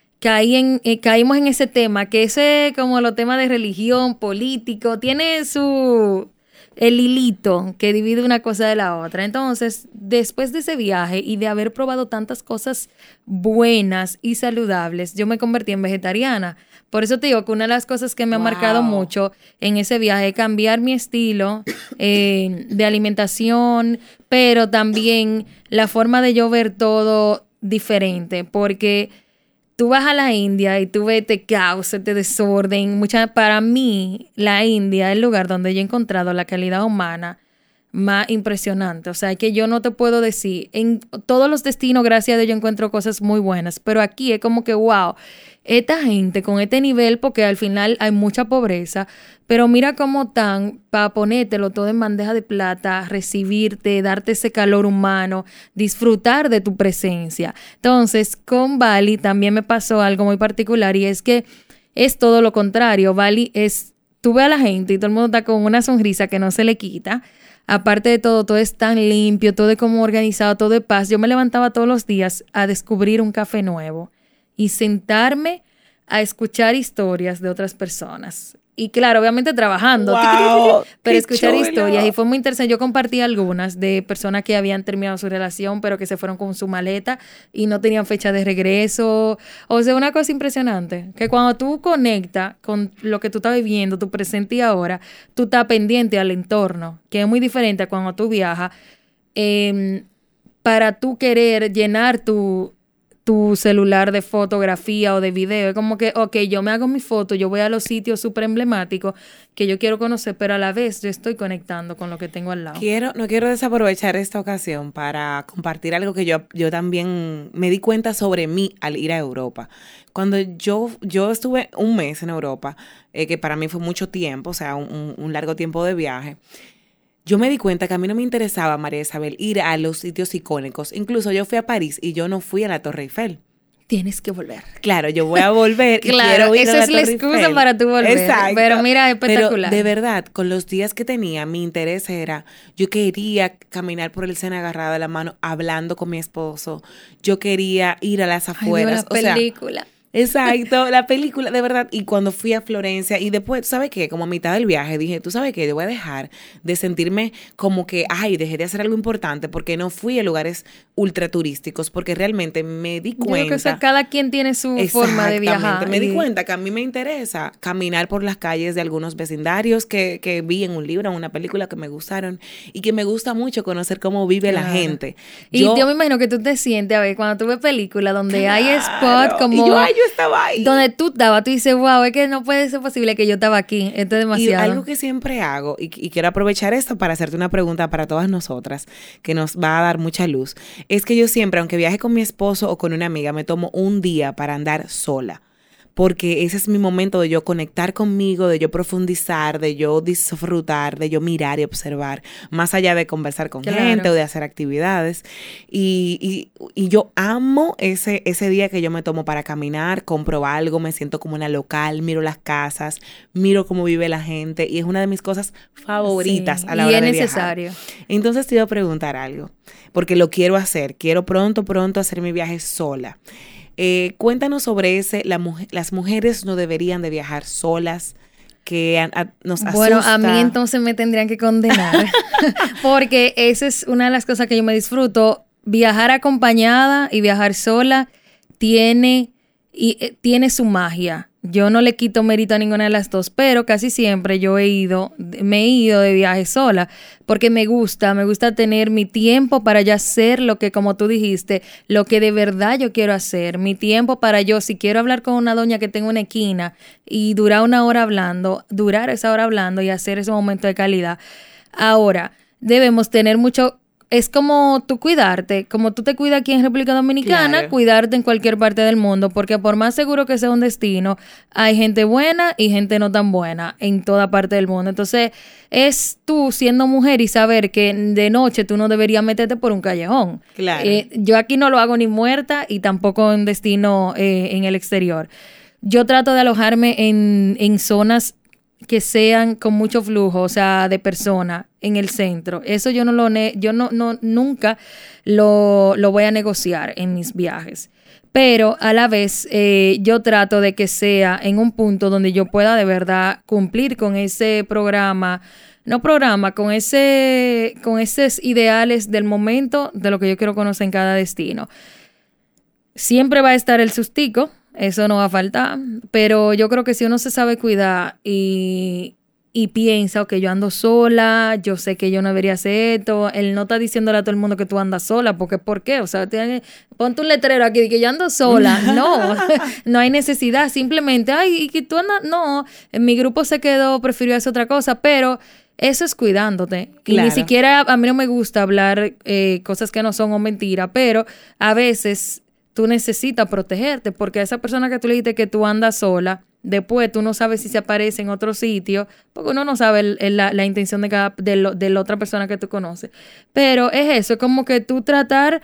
caímos en ese tema, que ese como los temas de religión, político, tiene el hilito que divide una cosa de la otra. Entonces, después de ese viaje y de haber probado tantas cosas buenas y saludables, yo me convertí en vegetariana. Por eso te digo que una de las cosas que me ha marcado mucho en ese viaje es cambiar mi estilo de alimentación, pero también la forma de yo ver todo diferente, porque tú vas a la India y tú ves este caos, este desorden. Para mí, la India es el lugar donde yo he encontrado la calidad humana más impresionante. O sea, que yo no te puedo decir. En todos los destinos, gracias a Dios, yo encuentro cosas muy buenas. Pero aquí es como que, wow, esta gente con este nivel, porque al final hay mucha pobreza, pero mira cómo están para ponértelo todo en bandeja de plata, recibirte, darte ese calor humano, disfrutar de tu presencia. Entonces, con Bali también me pasó algo muy particular y es que es todo lo contrario. Bali es, tú ves a la gente y todo el mundo está con una sonrisa que no se le quita. Aparte de todo, todo es tan limpio, todo es como organizado, todo es paz. Yo me levantaba todos los días a descubrir un café nuevo y sentarme a escuchar historias de otras personas. Y claro, obviamente trabajando, ¡Wow! pero ¡Qué escuchar chulo! historias. Y fue muy interesante. Yo compartí algunas de personas que habían terminado su relación, pero que se fueron con su maleta y no tenían fecha de regreso. O sea, una cosa impresionante. Que cuando tú conectas con lo que tú estás viviendo, tu presente y ahora, tú estás pendiente al entorno, que es muy diferente a cuando tú viajas. Para tú querer llenar tu celular de fotografía o de video. Es como que, ok, yo me hago mi foto, yo voy a los sitios súper emblemáticos que yo quiero conocer, pero a la vez yo estoy conectando con lo que tengo al lado. No quiero desaprovechar esta ocasión para compartir algo que yo también me di cuenta sobre mí al ir a Europa. Cuando yo estuve un mes en Europa, que para mí fue mucho tiempo, o sea, un largo tiempo de viaje, yo me di cuenta que a mí no me interesaba, María Isabel, ir a los sitios icónicos. Incluso yo fui a París y yo no fui a la Torre Eiffel. Tienes que volver. Claro, yo voy a volver y claro, quiero ir a la esa es la Torre excusa Eiffel. para tú volver. Exacto. Pero mira, espectacular. Pero de verdad, con los días que tenía, mi interés era, yo quería caminar por el Sena agarrada de la mano, hablando con mi esposo. Yo quería ir a las afueras. Ay, la película. Exacto, la película, de verdad. Y cuando fui a Florencia y después, ¿sabes qué? Como a mitad del viaje dije, ¿tú sabes qué? Yo voy a dejar de sentirme como que, ay, dejé de hacer algo importante porque no fui a lugares ultra turísticos, porque realmente me di cuenta. Yo creo que cada quien tiene su forma de viajar. Me di cuenta que a mí me interesa caminar por las calles de algunos vecindarios que vi en un libro, en una película que me gustaron y que me gusta mucho conocer cómo vive la gente. Y yo me imagino que tú te sientes, a ver, cuando tú ves películas donde hay spot como... Y yo estaba ahí. Donde tú estabas, tú dices, wow, es que no puede ser posible que yo estaba aquí. Esto es demasiado. Y algo que siempre hago, y quiero aprovechar esto para hacerte una pregunta para todas nosotras, que nos va a dar mucha luz, es que yo siempre, aunque viaje con mi esposo o con una amiga, me tomo un día para andar sola. Porque ese es mi momento de yo conectar conmigo, de yo profundizar, de yo disfrutar, de yo mirar y observar, más allá de conversar con gente o de hacer actividades. Y yo amo ese día que yo me tomo para caminar, compro algo, me siento como una local, miro las casas, miro cómo vive la gente y es una de mis cosas favoritas a la hora de viajar. Y es necesario. Entonces te iba a preguntar algo, porque lo quiero hacer, quiero pronto hacer mi viaje sola. Cuéntanos sobre las mujeres no deberían de viajar solas, que nos asusta. Bueno, a mí entonces me tendrían que condenar, porque esa es una de las cosas que yo me disfruto. Viajar acompañada y viajar sola tiene su magia. Yo no le quito mérito a ninguna de las dos, pero casi siempre me he ido de viaje sola porque me gusta tener mi tiempo para yo hacer lo que, como tú dijiste, lo que de verdad yo quiero hacer. Mi tiempo para yo, si quiero hablar con una doña que tengo una esquina y durar esa hora hablando y hacer ese momento de calidad. Ahora, debemos tener mucho... Es como tú cuidarte, como tú te cuidas aquí en República Dominicana, claro, cuidarte en cualquier parte del mundo, porque por más seguro que sea un destino, hay gente buena y gente no tan buena en toda parte del mundo. Entonces, es tú siendo mujer y saber que de noche tú no deberías meterte por un callejón. Claro. Yo aquí no lo hago ni muerta y tampoco en destino en el exterior. Yo trato de alojarme en zonas que sean con mucho flujo, o sea, de personas en el centro. Eso yo nunca lo voy a negociar en mis viajes. Pero a la vez yo trato de que sea en un punto donde yo pueda de verdad cumplir con ese con esos ideales del momento de lo que yo quiero conocer en cada destino. Siempre va a estar el sustico. Eso no va a faltar, pero yo creo que si uno se sabe cuidar y piensa, ok, yo ando sola, yo sé que yo no debería hacer esto, él no está diciéndole a todo el mundo que tú andas sola, porque ¿por qué? O sea, ponte un letrero aquí de que yo ando sola. No hay necesidad, simplemente, y que tú andas, no, en mi grupo prefirió hacer otra cosa, pero eso es cuidándote. Claro. Y ni siquiera, a mí no me gusta hablar cosas que no son o mentiras, pero a veces... tú necesitas protegerte, porque a esa persona que tú le dijiste que tú andas sola, después tú no sabes si se aparece en otro sitio, porque uno no sabe la intención de la otra persona que tú conoces. Pero es eso, es como que tú tratar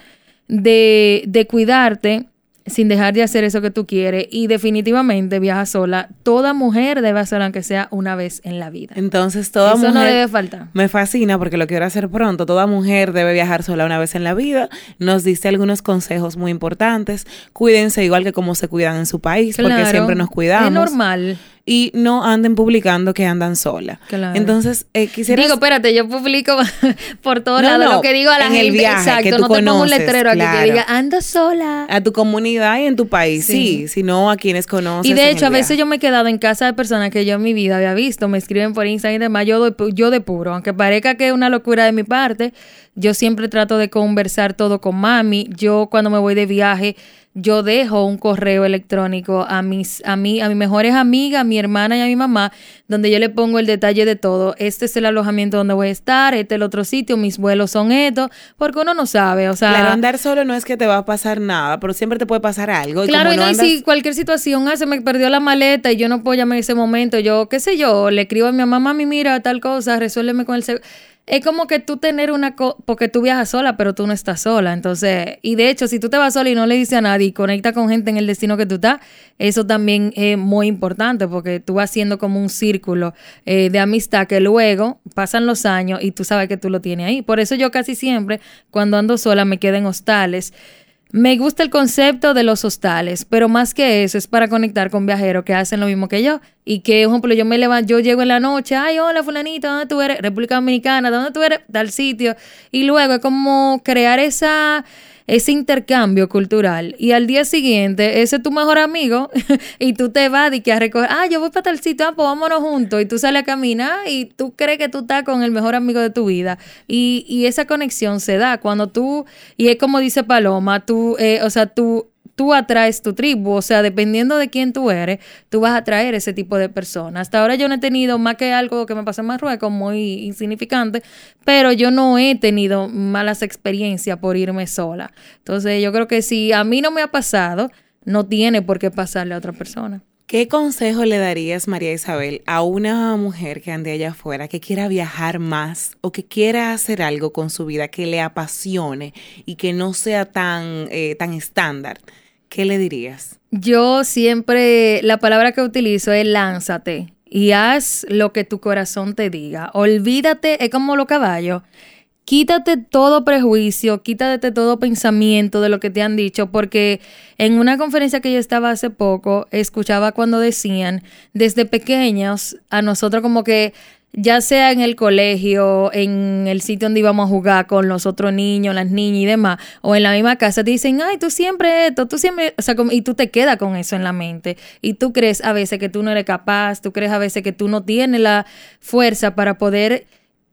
de cuidarte sin dejar de hacer eso que tú quieres, y definitivamente viaja sola. Toda mujer debe hacerlo, aunque sea una vez en la vida. Entonces, toda eso mujer... no debe faltar. Me fascina porque lo quiero hacer pronto. Toda mujer debe viajar sola una vez en la vida. Nos diste algunos consejos muy importantes. Cuídense igual que como se cuidan en su país, claro, porque siempre nos cuidamos. Es normal. Y no anden publicando que andan sola. Claro. Entonces, quisiera... Digo, espérate, yo publico por todos lados lo que digo a la gente. El viaje, exacto, que tú no te conoces, pongo un letrero claro, aquí que diga, ando sola. A tu comunidad y en tu país, sí. Sino a quienes conoces. Y de hecho, a veces yo me he quedado en casa de personas que yo en mi vida había visto, me escriben por Instagram y demás, yo de puro, aunque parezca que es una locura de mi parte, yo siempre trato de conversar todo con mami. Yo cuando me voy de viaje, yo dejo un correo electrónico a mis mejores amigas, a mi hermana y a mi mamá, donde yo le pongo el detalle de todo. Este es el alojamiento donde voy a estar, este es el otro sitio, mis vuelos son estos, porque uno no sabe, o sea... Claro, andar solo no es que te va a pasar nada, pero siempre te puede pasar algo. Claro, y no, y si cualquier situación, se me perdió la maleta y yo no puedo llamar en ese momento, yo, qué sé yo, le escribo a mi mamá, mami, mira, tal cosa, resuélveme con el seguro. Es como que tú tener porque tú viajas sola, pero tú no estás sola. Entonces, y de hecho, si tú te vas sola y no le dices a nadie y conectas con gente en el destino que tú estás, eso también es muy importante, porque tú vas haciendo como un círculo de amistad que luego pasan los años y tú sabes que tú lo tienes ahí. Por eso yo casi siempre, cuando ando sola, me quedo en hostales. Me gusta el concepto de los hostales, pero más que eso es para conectar con viajeros que hacen lo mismo que yo y que, por ejemplo, yo llego en la noche, ay, hola fulanito, ¿dónde tú eres? República Dominicana, ¿dónde tú eres? Tal sitio. Y luego es como crear ese intercambio cultural. Y al día siguiente, ese es tu mejor amigo y tú te vas y que a recoger, yo voy para tal sitio, pues vámonos juntos. Y tú sales a caminar y tú crees que tú estás con el mejor amigo de tu vida. Y esa conexión se da cuando tú, y es como dice Paloma, tú atraes tu tribu, o sea, dependiendo de quién tú eres, tú vas a atraer ese tipo de personas. Hasta ahora yo no he tenido más que algo que me pasó en Marruecos, muy insignificante, pero yo no he tenido malas experiencias por irme sola. Entonces yo creo que si a mí no me ha pasado, no tiene por qué pasarle a otra persona. ¿Qué consejo le darías, María Isabel, a una mujer que ande allá afuera, que quiera viajar más o que quiera hacer algo con su vida que le apasione y que no sea tan estándar? ¿Qué le dirías? Yo siempre, la palabra que utilizo es lánzate y haz lo que tu corazón te diga. Olvídate, es como los caballos. Quítate todo prejuicio, quítate todo pensamiento de lo que te han dicho, porque en una conferencia que yo estaba hace poco, escuchaba cuando decían, desde pequeños, a nosotros como que, ya sea en el colegio, en el sitio donde íbamos a jugar con los otros niños, las niñas y demás, o en la misma casa, te dicen, ay, tú siempre esto, tú siempre, o sea, y tú te quedas con eso en la mente. Y tú crees a veces que tú no eres capaz, tú crees a veces que tú no tienes la fuerza para poder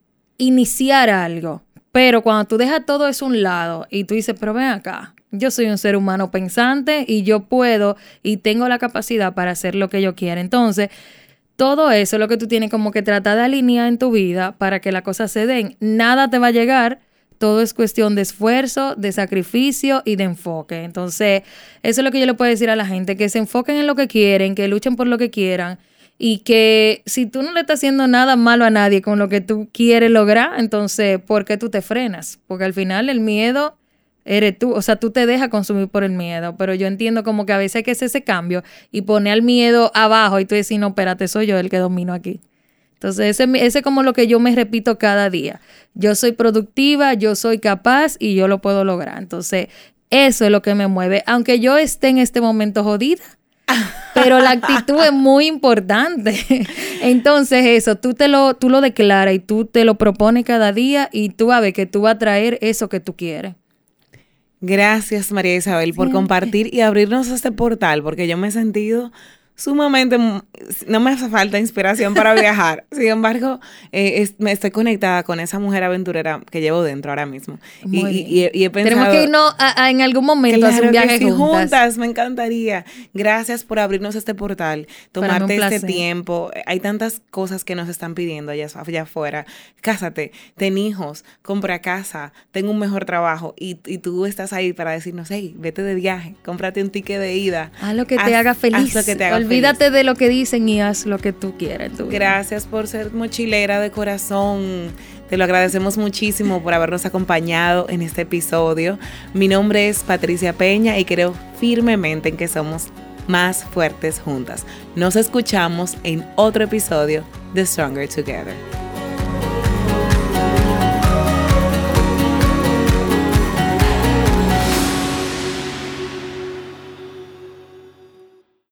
iniciar algo. Pero cuando tú dejas todo eso a un lado y tú dices, pero ven acá, yo soy un ser humano pensante y yo puedo y tengo la capacidad para hacer lo que yo quiera. Entonces, todo eso es lo que tú tienes como que tratar de alinear en tu vida para que las cosas se den. Nada te va a llegar. Todo es cuestión de esfuerzo, de sacrificio y de enfoque. Entonces, eso es lo que yo le puedo decir a la gente, que se enfoquen en lo que quieren, que luchen por lo que quieran y que si tú no le estás haciendo nada malo a nadie con lo que tú quieres lograr, entonces, ¿por qué tú te frenas? Porque al final el miedo eres tú, o sea, tú te dejas consumir por el miedo, pero yo entiendo como que a veces hay que hacer ese cambio y poner al miedo abajo y tú decís, no, espérate, soy yo el que domino aquí. Entonces, ese es como lo que yo me repito cada día. Yo soy productiva, yo soy capaz y yo lo puedo lograr. Entonces, eso es lo que me mueve, aunque yo esté en este momento jodida, pero la actitud es muy importante. Entonces, eso, tú lo declaras y tú te lo propones cada día y tú vas a ver que tú vas a traer eso que tú quieres. Gracias, María Isabel, por compartir y abrirnos este portal, porque yo me he sentido sumamente, no me hace falta inspiración para viajar. Sin embargo, me estoy conectada con esa mujer aventurera que llevo dentro ahora mismo. Y he pensado... Tenemos que irnos en algún momento a hacer un viaje juntas. Me encantaría. Gracias por abrirnos este portal, tomarte este tiempo. Hay tantas cosas que nos están pidiendo allá afuera. Cásate, ten hijos, compra casa, ten un mejor trabajo. Y tú estás ahí para decirnos, hey, vete de viaje, cómprate un ticket de ida. Haz lo que te haga feliz. Olvídate de lo que dicen y haz lo que tú quieras. Gracias por ser mochilera de corazón. Te lo agradecemos muchísimo por habernos acompañado en este episodio. Mi nombre es Patricia Peña y creo firmemente en que somos más fuertes juntas. Nos escuchamos en otro episodio de Stronger Together.